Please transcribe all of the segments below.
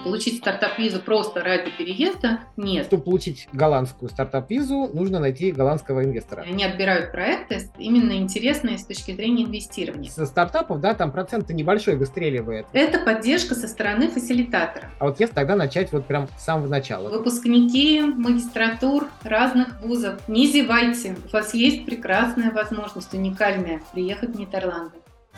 получить стартап-визу просто ради переезда – нет. Чтобы получить голландскую стартап-визу, нужно найти голландского инвестора. Они отбирают проекты именно интересные с точки зрения инвестирования. Со стартапов, да, там процент небольшой выстреливает. Это поддержка со стороны фасилитатора. А вот если тогда начать вот прям с самого начала. Выпускники магистратур разных вузов, не зевайте, у вас есть прекрасная возможность, уникальная, приехать в Нидерланды.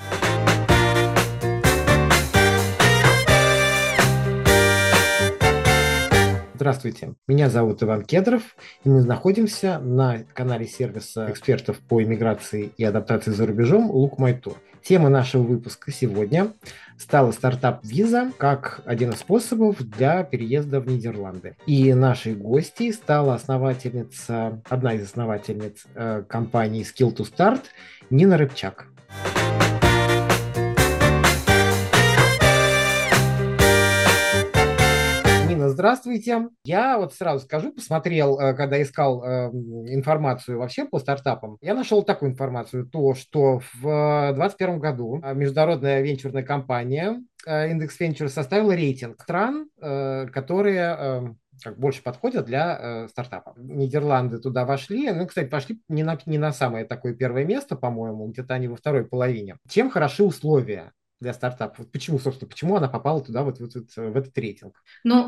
Здравствуйте, меня зовут Иван Кедров, и мы находимся на канале сервиса экспертов по иммиграции и адаптации за рубежом Look My Tour. Тема нашего выпуска сегодня стала стартап-виза как один из способов для переезда в Нидерланды. И нашей гостьей стала одна из основательниц компании Skill to Start Нина Рыбчак. Здравствуйте. Я вот сразу скажу, посмотрел, когда искал информацию вообще по стартапам, я нашел такую информацию, что в 2021 году международная венчурная компания Index Venture составила рейтинг стран, которые больше подходят для стартапов. Нидерланды туда вошли, кстати, пошли не на самое такое первое место, по-моему, где-то они во второй половине. Чем хороши условия для стартапов? Почему она попала туда, в этот рейтинг?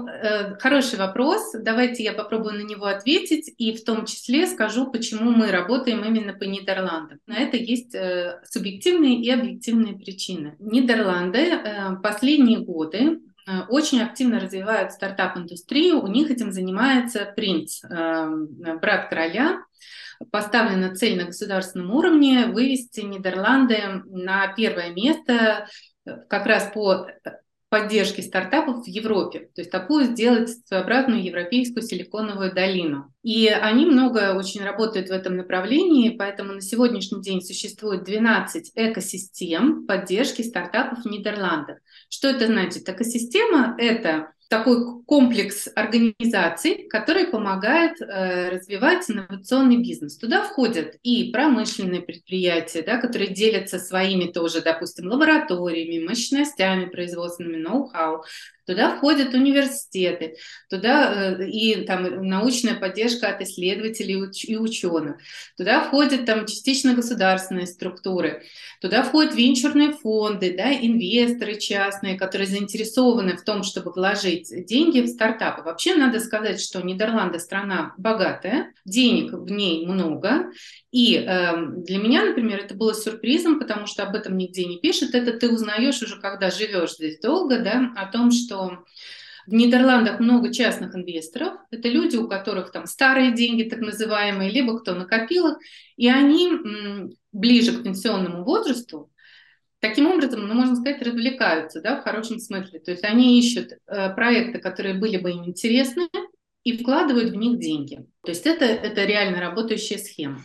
Хороший вопрос. Давайте я попробую на него ответить и в том числе скажу, почему мы работаем именно по Нидерландам. На это есть субъективные и объективные причины. Нидерланды последние годы очень активно развивают стартап-индустрию. У них этим занимается принц, брат короля. Поставлена цель на государственном уровне вывести Нидерланды на первое место как раз по поддержке стартапов в Европе, то есть такую сделать своеобразную европейскую силиконовую долину. И они много очень работают в этом направлении, поэтому на сегодняшний день существует 12 экосистем поддержки стартапов в Нидерландах. Что это значит? Экосистема – это такой комплекс организаций, который помогает развивать инновационный бизнес. Туда входят и промышленные предприятия, да, которые делятся своими тоже, допустим, лабораториями, мощностями производственными, ноу-хау. Туда входят университеты, туда и там научная поддержка от исследователей и ученых. Туда входят там частично государственные структуры. Туда входят венчурные фонды, да, инвесторы частные, которые заинтересованы в том, чтобы вложить деньги в стартапы. Вообще надо сказать, что Нидерланды страна богатая, денег в ней много. И для меня, например, это было сюрпризом, потому что об этом нигде не пишут. Это ты узнаешь уже, когда живешь здесь долго, да, о том, что в Нидерландах много частных инвесторов. Это люди, у которых там старые деньги, так называемые, либо кто накопил их, и они ближе к пенсионному возрасту таким образом, можно сказать, развлекаются, да, в хорошем смысле. То есть они ищут проекты, которые были бы им интересны, и вкладывают в них деньги. То есть это реально работающая схема.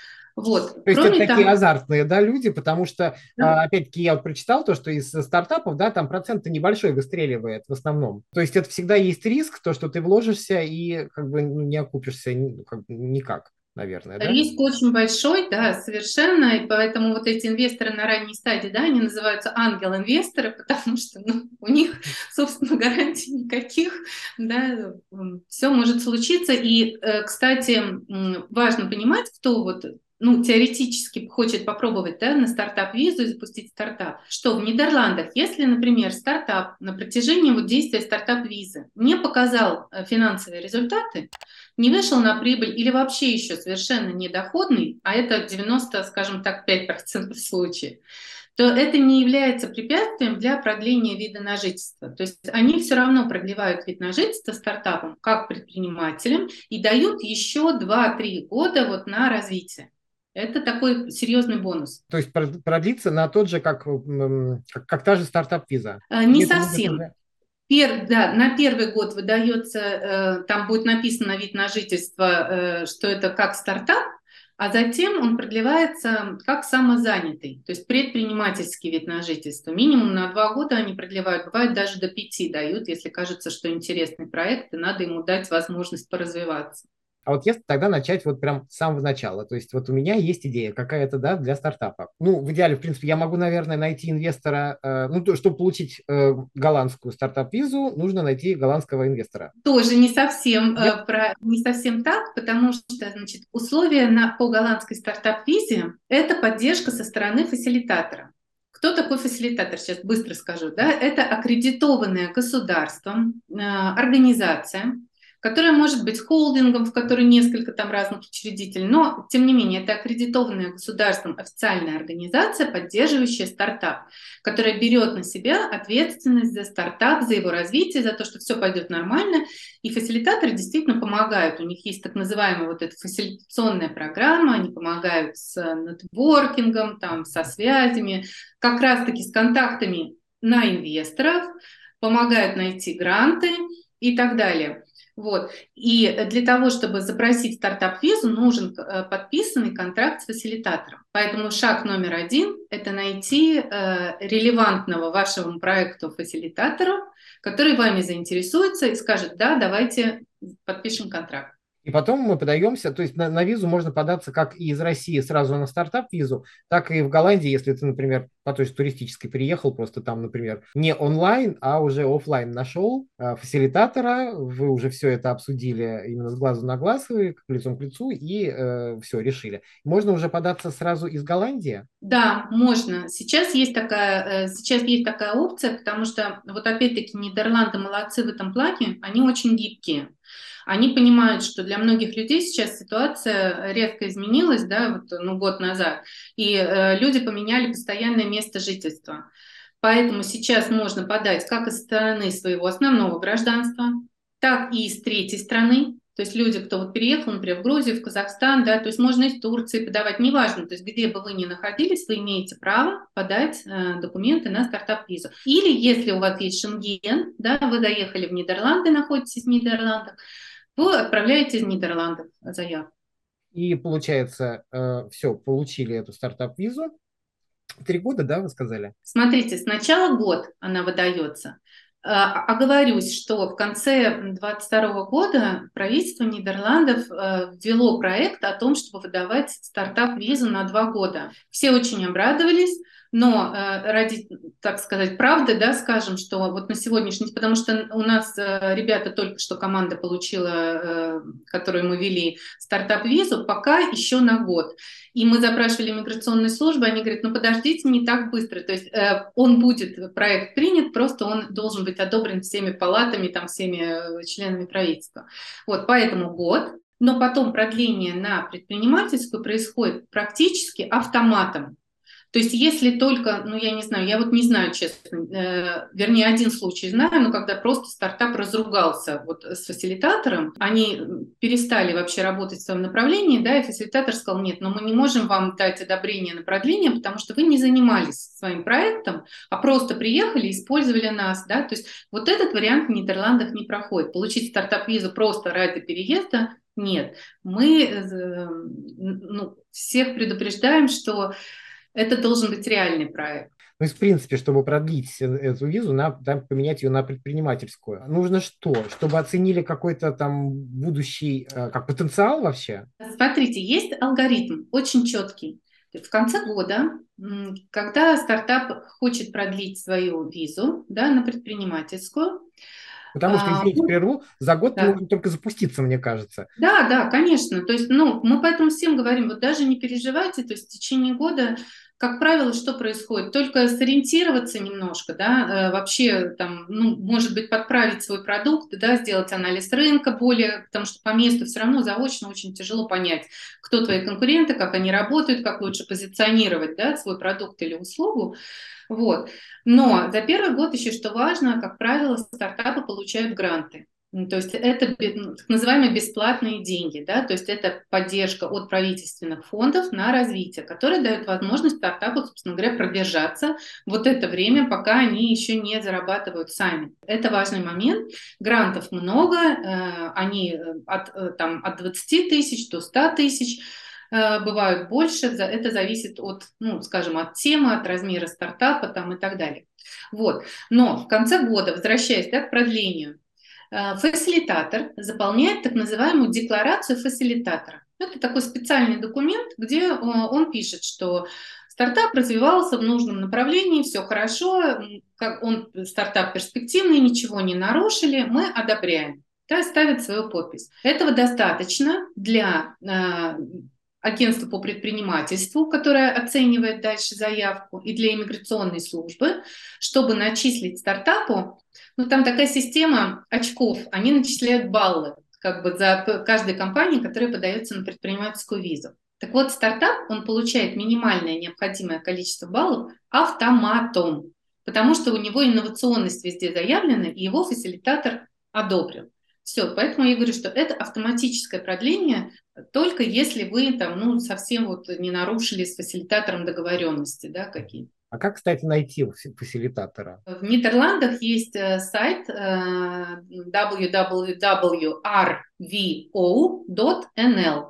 Вот. То есть это такие азартные, да, люди, потому что, опять-таки, я вот прочитал то, что из стартапов, да, там процент небольшой выстреливает в основном. То есть это всегда есть риск, то, что ты вложишься и как бы не окупишься никак. Наверное, да? Риск очень большой, да, совершенно, и поэтому вот эти инвесторы на ранней стадии, да, они называются ангел-инвесторы, потому что у них, собственно, гарантий никаких, да, все может случиться. И, кстати, важно понимать, кто вот теоретически хочет попробовать, да, на стартап-визу и запустить стартап, что в Нидерландах, если, например, стартап на протяжении действия стартап-визы не показал финансовые результаты, не вышел на прибыль или вообще еще совершенно недоходный, а это 90, скажем так, 5% случаев, то это не является препятствием для продления вида на жительство. То есть они все равно продлевают вид на жительство стартапам как предпринимателям и дают еще 2-3 года на развитие. Это такой серьезный бонус. То есть продлится на тот же, как та же стартап-виза? Не совсем. На первый год выдается, там будет написано вид на жительство, что это как стартап, а затем он продлевается как самозанятый, то есть предпринимательский вид на жительство. Минимум на 2 года они продлевают, бывает даже до 5 дают, если кажется, что интересный проект, и надо ему дать возможность поразвиваться. А вот если тогда начать вот прям с самого начала, то есть вот у меня есть идея какая-то, да, для стартапа. Ну, в идеале, в принципе, я могу, наверное, найти инвестора, чтобы получить голландскую стартап-визу, нужно найти голландского инвестора. Тоже не совсем, Нет? не совсем так, потому что, значит, условия по голландской стартап-визе– это поддержка со стороны фасилитатора. Кто такой фасилитатор? Сейчас быстро скажу. Да? Это аккредитованная государством организация, которая может быть холдингом, в которой несколько там разных учредителей, но, тем не менее, это аккредитованная государством официальная организация, поддерживающая стартап, которая берет на себя ответственность за стартап, за его развитие, за то, что все пойдет нормально. И фасилитаторы действительно помогают. У них есть так называемая вот эта фасилитационная программа, они помогают с нетворкингом, там, со связями, как раз-таки с контактами на инвесторов, помогают найти гранты и так далее. Вот. И для того, чтобы запросить стартап-визу, нужен подписанный контракт с фасилитатором. Поэтому шаг номер один– это найти релевантного вашему проекту фасилитатора, который вами заинтересуется и скажет: да, давайте подпишем контракт. И потом мы подаемся, то есть на визу можно податься как и из России сразу на стартап-визу, так и в Голландии, если ты, например, по той же туристической приехал, просто там, например, не онлайн, а уже офлайн нашел фасилитатора, вы уже все это обсудили именно с глазу на глаз, вы лицом к лицу, и все, решили. Можно уже податься сразу из Голландии? Да, можно. Сейчас есть такая опция, потому что вот опять-таки Нидерланды молодцы в этом плане, они очень гибкие. Они понимают, что для многих людей сейчас ситуация резко изменилась, да, вот, ну, год назад, и люди поменяли постоянное место жительства. Поэтому сейчас можно подать как из стороны своего основного гражданства, так и из третьей страны. То есть люди, кто вот переехал, например, в Грузию, в Казахстан, да, то есть можно из Турции подавать, неважно, то есть где бы вы ни находились, вы имеете право подать документы на стартап-визу. Или если у вас есть Шенген, да, вы заехали в Нидерланды, находитесь в Нидерландах, вы отправляете из Нидерландов заявку. И получается, все, получили эту стартап-визу. 3 года, да, вы сказали? Смотрите, сначала год она выдается. Оговорюсь, что в конце 2022 года правительство Нидерландов ввело проект о том, чтобы выдавать стартап-визу на 2 года. Все очень обрадовались, но ради, так сказать, правды, да, скажем, что вот на сегодняшний день, потому что у нас ребята только что команда получила, которую мы вели, стартап-визу, пока еще на год. И мы запрашивали миграционные службы, они говорят: ну подождите, не так быстро. То есть он будет, проект принят, просто он должен быть одобрен всеми палатами, там, всеми членами правительства. Вот, поэтому год. Но потом продление на предпринимательскую происходит практически автоматом. То есть если только, ну я не знаю, я вот не знаю, честно, вернее, один случай знаю, но когда просто стартап разругался вот с фасилитатором, они перестали вообще работать в своем направлении, да, и фасилитатор сказал: нет, но мы не можем вам дать одобрение на продление, потому что вы не занимались своим проектом, а просто приехали и использовали нас, да, то есть вот этот вариант в Нидерландах не проходит. Получить стартап-визу просто ради переезда — нет. Мы всех предупреждаем, что это должен быть реальный проект. То есть, в принципе, чтобы продлить эту визу, надо поменять ее на предпринимательскую. Нужно что? Чтобы оценили какой-то там будущий как потенциал вообще? Смотрите, есть алгоритм очень четкий. В конце года, когда стартап хочет продлить свою визу, да, на предпринимательскую, Потому что, извините, прерву, за год да. можно только запуститься, мне кажется. Да, да, конечно. То есть, ну, мы поэтому всем говорим: вот даже не переживайте, то есть в течение года, как правило, что происходит? Только сориентироваться немножко, да, вообще там, ну, может быть, подправить свой продукт, да, сделать анализ рынка более, потому что по месту все равно заочно очень тяжело понять, кто твои конкуренты, как они работают, как лучше позиционировать, да, свой продукт или услугу. Вот. Но за первый год еще что важно, как правило, стартапы получают гранты. То есть это так называемые бесплатные деньги, да, то есть это поддержка от правительственных фондов на развитие, которые дают возможность стартапу, собственно говоря, продержаться вот это время, пока они еще не зарабатывают сами. Это важный момент. Грантов много, они от 20 тысяч до 100 тысяч, бывают больше, это зависит от, ну, скажем, от темы, от размера стартапа там, и так далее. Вот. Но в конце года, возвращаясь, да, к продлению, Фасилитатор заполняет так называемую декларацию фасилитатора. Это такой специальный документ, где он пишет, что стартап развивался в нужном направлении, все хорошо, стартап перспективный, ничего не нарушили, мы одобряем. Да, ставит свою подпись. Этого достаточно для агентства по предпринимательству, которое оценивает дальше заявку, и для иммиграционной службы, чтобы начислить стартапу. Ну, там такая система очков, они начисляют баллы как бы за каждой компанией, которая подается на предпринимательскую визу. Так вот, стартап, он получает минимальное необходимое количество баллов автоматом, потому что у него инновационность везде заявлена, и его фасилитатор одобрил. Все, поэтому я говорю, что это автоматическое продление, только если вы там, ну, совсем вот не нарушили с фасилитатором договоренности, да, какие-то. А как, кстати, найти фасилитатора? В Нидерландах есть сайт www.rvo.nl.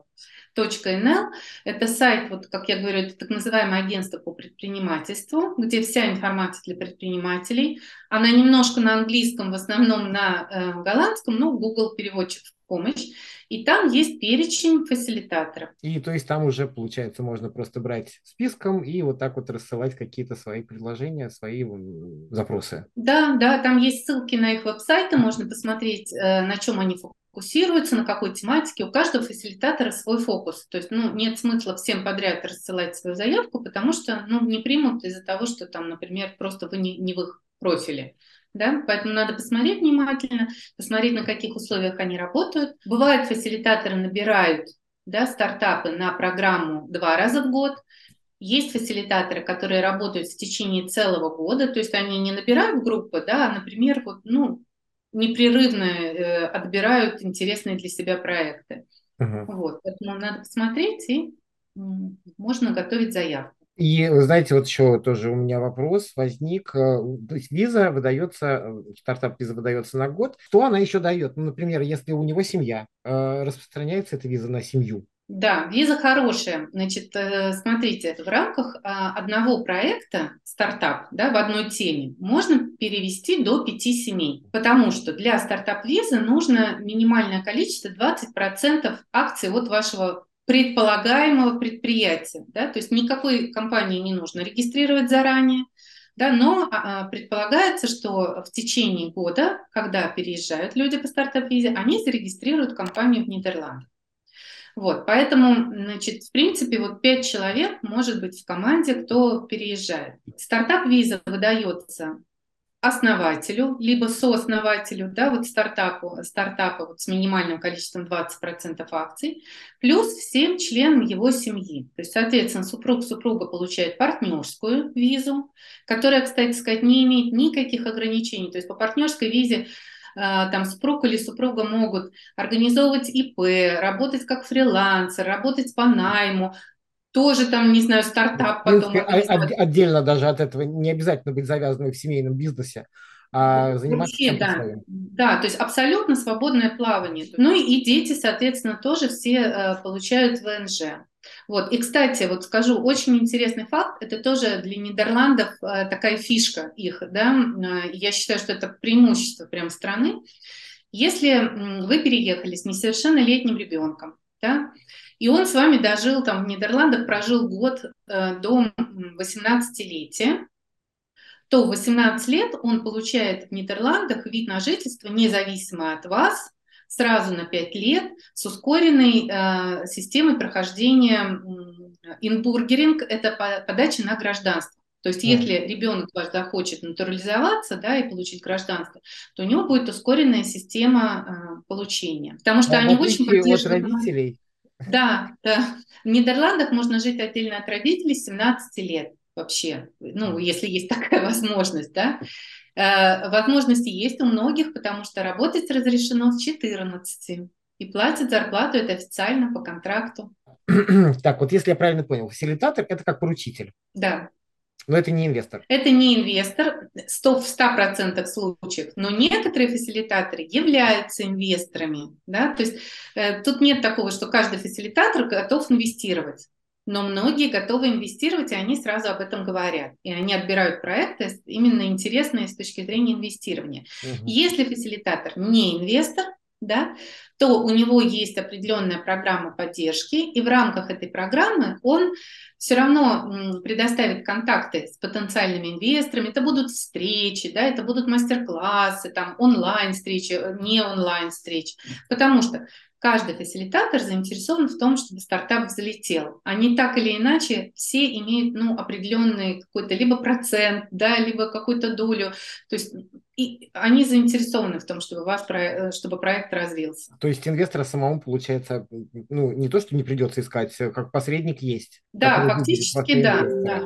.nl – это сайт, вот как я говорю, это так называемое агентство по предпринимательству, где вся информация для предпринимателей. Она немножко на английском, в основном на голландском, но Google переводчик в помощь. И там есть перечень фасилитаторов. И то есть там уже, получается, можно просто брать списком и вот так вот рассылать какие-то свои предложения, свои запросы. Да, да, там есть ссылки на их веб-сайты, можно посмотреть, на чем они фокусируются, на какой тематике. У каждого фасилитатора свой фокус. То есть, ну, нет смысла всем подряд рассылать свою заявку, потому что, ну, не примут из-за того, что там, например, просто вы не в их профиле. Да? Поэтому надо посмотреть внимательно, посмотреть, на каких условиях они работают. Бывает, фасилитаторы набирают, да, стартапы на программу 2 раза в год. Есть фасилитаторы, которые работают в течение целого года, то есть они не набирают группы, да, а, например, вот, ну, непрерывно отбирают интересные для себя проекты. Вот, поэтому надо посмотреть, и можно готовить заявку. И, вы знаете, вот еще тоже у меня вопрос возник. То есть виза выдается, стартап-виза выдается на год. Что она еще дает? Ну, например, если у него семья, распространяется эта виза на семью? Да, виза хорошая. Значит, смотрите, в рамках одного проекта, стартап, да, в одной теме, можно перевести до 5 семей, потому что для стартап-визы нужно минимальное количество 20% акций от вашего предполагаемого предприятия. Да? То есть никакой компании не нужно регистрировать заранее, да, но предполагается, что в течение года, когда переезжают люди по стартап-визе, они зарегистрируют компанию в Нидерландах. Вот, поэтому, значит, в принципе, вот 5 человек может быть в команде, кто переезжает. Стартап-виза выдается основателю, либо сооснователю, да, вот стартапа вот с минимальным количеством 20% акций, плюс всем членам его семьи. То есть, соответственно, супруга получает партнерскую визу, которая, кстати сказать, не имеет никаких ограничений. То есть по партнерской визе там супруг или супруга могут организовывать ИП, работать как фрилансер, работать по найму, тоже там, не знаю, стартап В потом принципе, организовать. отдельно даже от этого не обязательно быть завязанным в семейном бизнесе, а заниматься Вообще, чем-то да. своим. Да, то есть абсолютно свободное плавание. Ну и дети, соответственно, тоже все получают ВНЖ. Вот. И, кстати, вот скажу, очень интересный факт, это тоже для Нидерландов такая фишка их, да, я считаю, что это преимущество прям страны. Если вы переехали с несовершеннолетним ребенком, да, и он с вами дожил там в Нидерландах, прожил год до 18-летия, то в 18 лет он получает в Нидерландах вид на жительство независимо от вас, сразу на 5 лет, с ускоренной системой прохождения инбургеринг, это подача на гражданство. То есть если ребенок ваш захочет натурализоваться, да, и получить гражданство, то у него будет ускоренная система получения. Потому что В они очень отличие от поддерживают. родителей. Да, да. В Нидерландах можно жить отдельно от родителей с 17 лет вообще, ну, если есть такая возможность, да. Возможности есть у многих, потому что работать разрешено с 14 и платят зарплату, это официально по контракту. Так, вот если я правильно понял, фасилитатор – это как поручитель, Да. но это не инвестор. Это не инвестор в 100% случаев, но некоторые фасилитаторы являются инвесторами. Да? То есть тут нет такого, что каждый фасилитатор готов инвестировать. Но многие готовы инвестировать, и они сразу об этом говорят. И они отбирают проекты именно интересные с точки зрения инвестирования. Мгм. Если фасилитатор не инвестор, да, то у него есть определенная программа поддержки, и в рамках этой программы он все равно предоставит контакты с потенциальными инвесторами. Это будут встречи, да, это будут мастер-классы, там онлайн-встречи, не онлайн-встречи. Потому что каждый фасилитатор заинтересован в том, чтобы стартап взлетел. Они так или иначе все имеют определенный какой-то либо процент, да, либо какую-то долю. То есть и они заинтересованы в том, чтобы, чтобы проект развился. То есть инвестора самому, получается, ну, не то, что не придется искать, как посредник есть, Да, который выберет вас фактически на да, инвестора. да.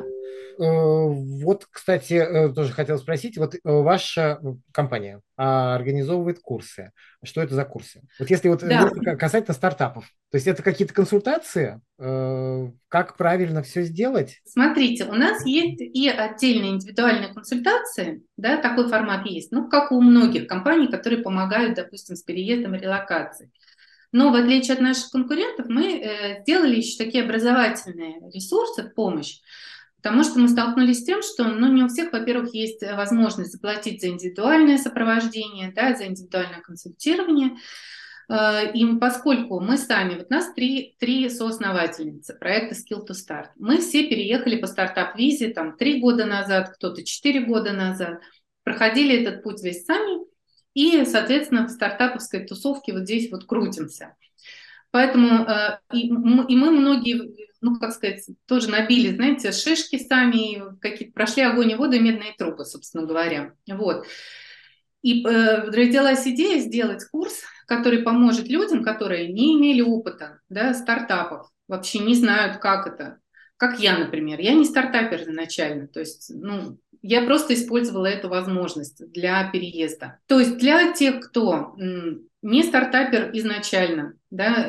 Вот, кстати, тоже хотел спросить, вот ваша компания организовывает курсы. Что это за курсы? Вот если вот Да, если касательно стартапов, то есть это какие-то консультации, как правильно все сделать? смотрите, у нас есть и отдельные индивидуальные консультации, да, такой формат есть, ну, как у многих компаний, которые помогают, допустим, с переездом и релокацией. Но в отличие от наших конкурентов, мы сделали еще такие образовательные ресурсы в помощь, потому что мы столкнулись с тем, что не у всех, во-первых, есть возможность заплатить за индивидуальное сопровождение, да, за индивидуальное консультирование. И поскольку мы сами, вот нас три соосновательницы проекта Skill to Start, мы все переехали по стартап-визе там 3 года назад, кто-то 4 года назад, проходили этот путь весь сами, и, соответственно, в стартаповской тусовке вот здесь вот крутимся. Поэтому и мы многие, ну, как сказать, тоже набили, знаете, шишки сами, какие-то прошли огонь и воду и медные трубы, собственно говоря. Вот. И родилась идея сделать курс, который поможет людям, которые не имели опыта, да, стартапов, вообще не знают, как это. Как я, например. Я не стартапер изначально, то есть, я просто использовала эту возможность для переезда. То есть для тех, кто не стартапер изначально, да,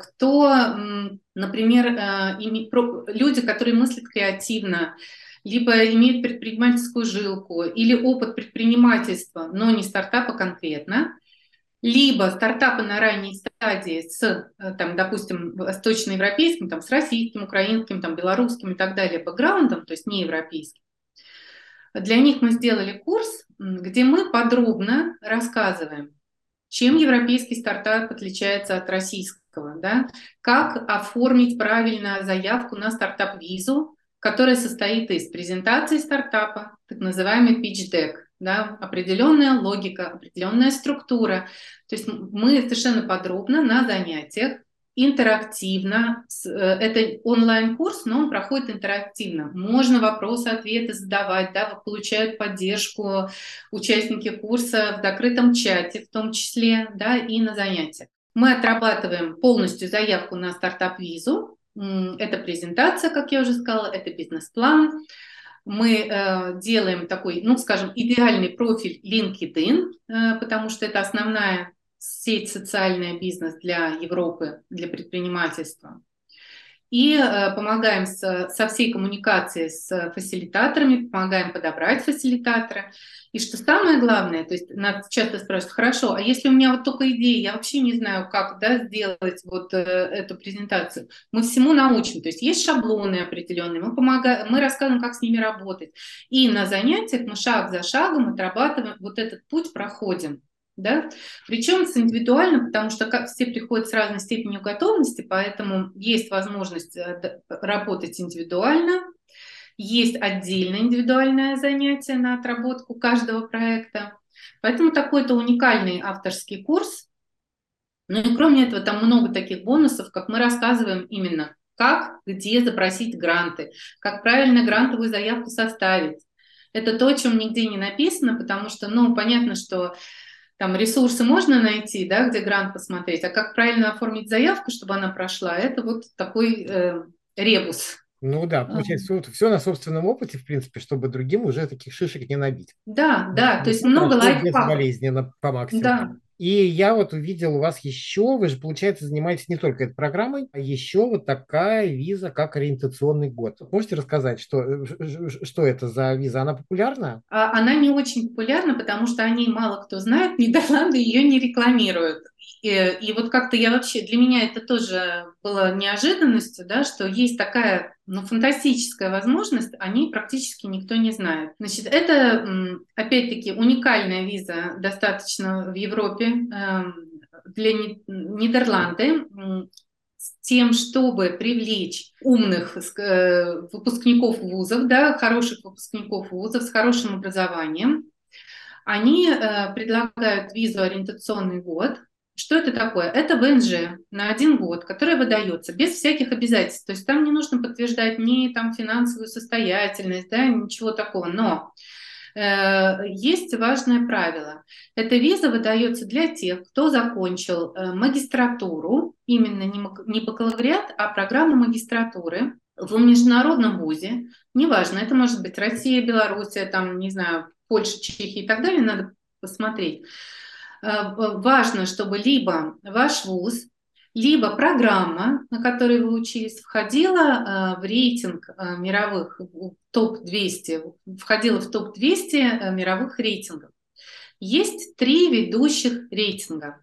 например, люди, которые мыслят креативно, либо имеют предпринимательскую жилку или опыт предпринимательства, но не стартапа конкретно, либо стартапы на ранней стадии с, там, допустим, восточноевропейским, там, с российским, украинским, там, белорусским и так далее бэкграундом, то есть не европейским. Для них мы сделали курс, где мы подробно рассказываем, чем европейский стартап отличается от российского, да? Как оформить правильно заявку на стартап-визу, которая состоит из презентации стартапа, так называемый pitch deck, да? Определенная логика, определенная структура. То есть мы совершенно подробно на занятиях интерактивно. Это онлайн-курс, но он проходит интерактивно. Можно вопросы-ответы задавать, да, получают поддержку участники курса в закрытом чате, в том числе, да, и на занятиях. Мы отрабатываем полностью заявку на стартап-визу. Это презентация, как я уже сказала, это бизнес-план. Мы делаем такой, ну, скажем, идеальный профиль LinkedIn, потому что это основная сеть социальная бизнес для Европы, для предпринимательства. И помогаем со всей коммуникацией с фасилитаторами, помогаем подобрать фасилитатора. И что самое главное, то есть нас часто спрашивают, хорошо, а если у меня вот только идея, я вообще не знаю, как, да, сделать вот эту презентацию, мы всему научим, то есть есть шаблоны определенные, мы помогаем, мы рассказываем, как с ними работать. И на занятиях мы шаг за шагом отрабатываем, вот этот путь проходим. Да? Причем с индивидуально, потому что все приходят с разной степенью готовности, поэтому есть возможность работать индивидуально, есть отдельное индивидуальное занятие на отработку каждого проекта. Поэтому такой-то уникальный авторский курс. Ну и кроме этого, там много таких бонусов, как мы рассказываем именно, как, где запросить гранты, как правильно грантовую заявку составить. Это то, о чем нигде не написано, потому что, понятно, что там ресурсы можно найти, да, где грант посмотреть, а как правильно оформить заявку, чтобы она прошла, это вот такой ребус. Ну да, получается, все на собственном опыте, в принципе, чтобы другим уже таких шишек не набить. Да, да, то есть Все много прошло лайфхаков. безболезненно по максимуму. Да, И я вот увидел у вас еще, вы же, получается, занимаетесь не только этой программой, а еще вот такая виза, как ориентационный год. Можете рассказать, что это за виза? Она популярна? она не очень популярна, потому что о ней мало кто знает, Нидерланды ее не рекламируют. И вот как-то я вообще, для меня это тоже было неожиданностью, да, что есть такая, ну, фантастическая возможность, о ней практически никто не знает. Значит, это, опять-таки, уникальная виза достаточно в Европе для Нидерланды, с тем, чтобы привлечь умных выпускников вузов, да, хороших выпускников вузов с хорошим образованием. Они предлагают визу ориентационный год. Что это такое? Это ВНЖ на 1 год, которая выдается без всяких обязательств. То есть там не нужно подтверждать ни там финансовую состоятельность, да, ничего такого. Но есть важное правило. Эта виза выдается для тех, кто закончил магистратуру, именно не бакалавриат, а программу магистратуры в международном вузе. Неважно, это может быть Россия, Белоруссия, там, не знаю, Польша, Чехия и так далее, надо посмотреть. Важно, чтобы либо ваш вуз, либо программа, на которой вы учились, входила в рейтинг мировых топ-200, входила в топ-200 мировых рейтингов. Есть 3 ведущих рейтинга.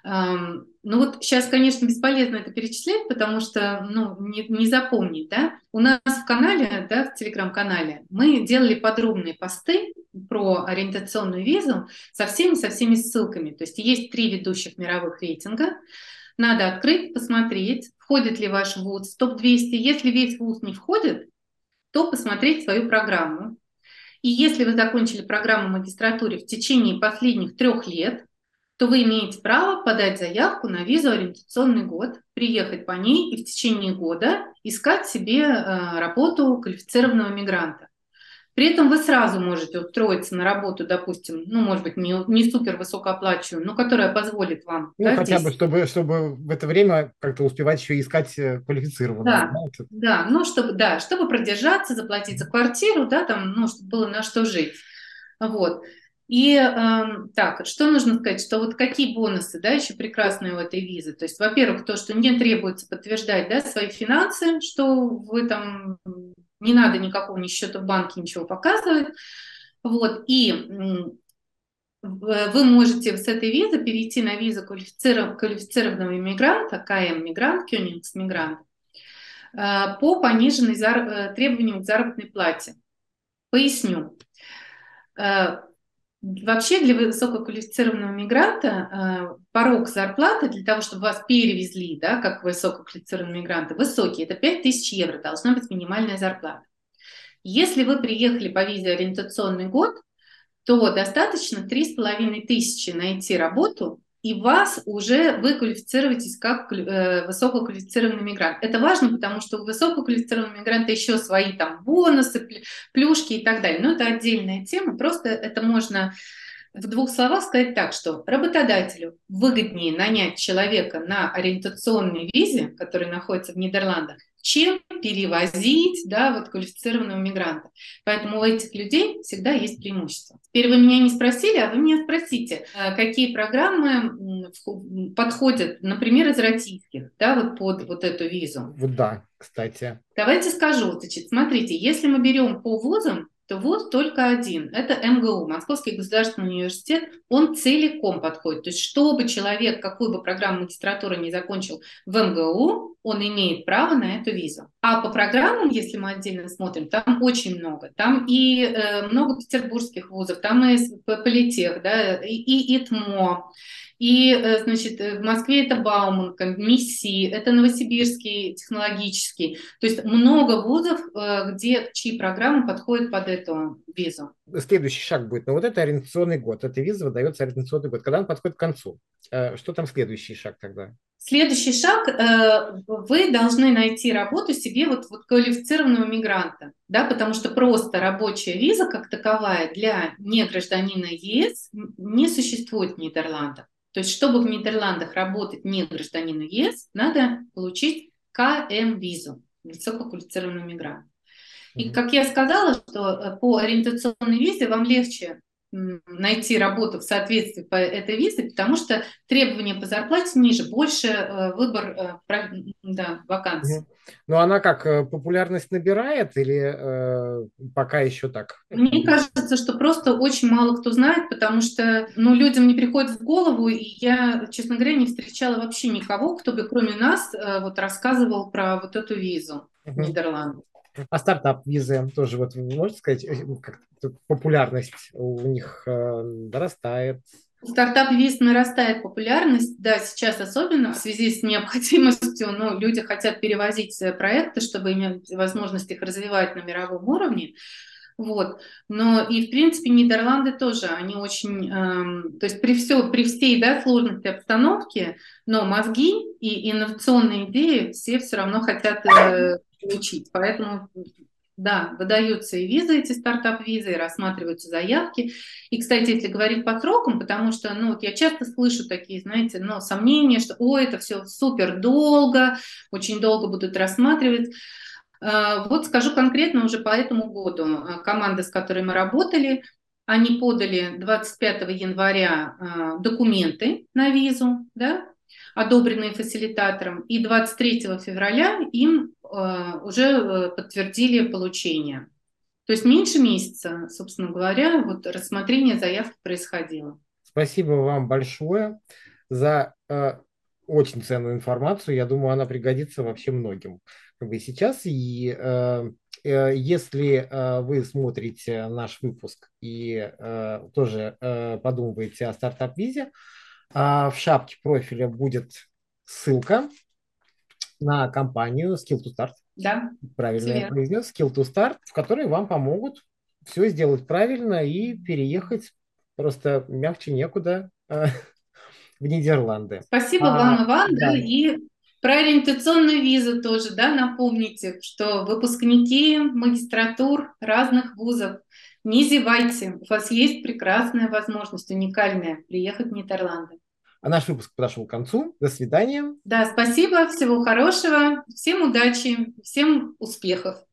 Ну вот сейчас, конечно, бесполезно это перечислять, потому что ну, не запомнить, да. У нас в канале, да, в телеграм-канале мы делали подробные посты про ориентационную визу со всеми ссылками. То есть есть 3 ведущих мировых рейтинга. Надо открыть, посмотреть, входит ли ваш вуз в топ-200. Если весь вуз не входит, то посмотреть свою программу. И если вы закончили программу магистратуры в течение последних 3 лет, то вы имеете право подать заявку на визу ориентационный год, приехать по ней и в течение года искать себе работу квалифицированного мигранта. При этом вы сразу можете устроиться на работу, допустим, ну, может быть, не супер высокооплачиваемую, но которая позволит вам, Ну, да, хотя бы, здесь. чтобы в это время как-то успевать еще искать квалифицированного. Да, да, ну, чтобы продержаться, заплатить за квартиру, да, там, ну, чтобы было на что жить. Вот. И так, что нужно сказать, что вот какие бонусы, да, еще прекрасные у этой визы. То есть, во-первых, то, что не требуется подтверждать, да, свои финансы, что вы там, не надо никакого ни счета в банке, ничего показывать. Вот, и вы можете с этой визы перейти на визу квалифицированного иммигранта, КМ-мигрант, Кёнигс-мигрант, по требованиям к заработной плате. Поясню. Вообще для высококвалифицированного мигранта порог зарплаты для того, чтобы вас перевезли, да, как высококвалифицированного мигранта, высокий. Это 5000 евро, должна быть минимальная зарплата. Если вы приехали по визе ориентационный год, то достаточно 3500 найти работу, и вы квалифицируетесь как высококвалифицированный мигрант. Это важно, потому что у высококвалифицированного мигранта еще свои там бонусы, плюшки и так далее. Но это отдельная тема, просто это можно в 2 словах сказать так, что работодателю выгоднее нанять человека на ориентационной визе, который находится в Нидерландах, чем перевозить, да, вот квалифицированного мигранта. Поэтому у этих людей всегда есть преимущество. Теперь вы меня не спросили, а вы меня спросите, какие программы подходят, например, из российских, да, вот под вот эту визу. Вот да, кстати. Давайте скажу, значит, смотрите, если мы берем по вузам, то вуз только один. Это МГУ, Московский государственный университет. Он целиком подходит. То есть, чтобы человек, какую бы программу магистратуры не закончил в МГУ, он имеет право на эту визу. А по программам, если мы отдельно смотрим, там очень много. Там и много петербургских вузов, там и Политех, да, и ИТМО. И, значит, в Москве это Бауманка, МИСИ, это Новосибирский технологический. То есть много вузов, чьи программы подходят под эту визу. Следующий шаг будет, ну вот это ориентационный год, эта виза выдается ориентационный год, когда он подходит к концу. Что там следующий шаг тогда? Следующий шаг, вы должны найти работу себе вот квалифицированного мигранта, да, потому что просто рабочая виза как таковая для негражданина ЕС не существует в Нидерландах. То есть, чтобы в Нидерландах работать не гражданину ЕС, надо получить КМ-визу, высококвалифицированный мигрант. И как я сказала, что по ориентационной визе вам легче найти работу в соответствии по этой визе, потому что требования по зарплате ниже, больше выбор да, вакансий. Мгм. Но она как, популярность набирает или пока еще так? Мне кажется, что просто очень мало кто знает, потому что, ну, людям не приходит в голову, и я, честно говоря, не встречала вообще никого, кто бы кроме нас вот рассказывал про вот эту визу в Мгм. Нидерланды. А стартап-визы тоже, вот вы можете сказать, как популярность у них дорастает? У стартап-виз нарастает популярность, да, сейчас особенно в связи с необходимостью, ну, люди хотят перевозить проекты, чтобы иметь возможность их развивать на мировом уровне. Вот. Но и, в принципе, Нидерланды тоже, они очень, то есть при всей, да, сложности обстановки, но мозги и инновационные идеи все равно хотят получить. Поэтому, да, выдаются и визы, эти стартап-визы, и рассматриваются заявки. И, кстати, если говорить по срокам, потому что, ну, вот я часто слышу такие, знаете, ну, сомнения, что, ой, это все супер долго, очень долго будут рассматривать. Вот скажу конкретно уже по этому году. Команда, с которой мы работали, они подали 25 января документы на визу, да, одобренные фасилитатором, и 23 февраля им уже подтвердили получение. То есть меньше месяца, собственно говоря, вот рассмотрение заявки происходило. Спасибо вам большое за очень ценную информацию. Я думаю, она пригодится вообще многим как бы сейчас. И если вы смотрите наш выпуск и тоже подумываете о стартап-визе, в шапке профиля будет ссылка на компанию Skill to Start. Да, Правильно все я верно. произнес, Skill to Start, в которой вам помогут все сделать правильно и переехать просто мягче некуда в Нидерланды. Спасибо вам, Иван, да, Да. и про ориентационную визу тоже, да, напомните, что выпускники магистратур разных вузов, не зевайте, у вас есть прекрасная возможность, уникальная, приехать в Нидерланды. А наш выпуск подошел к концу. До свидания. Да, спасибо, всего хорошего, всем удачи, всем успехов.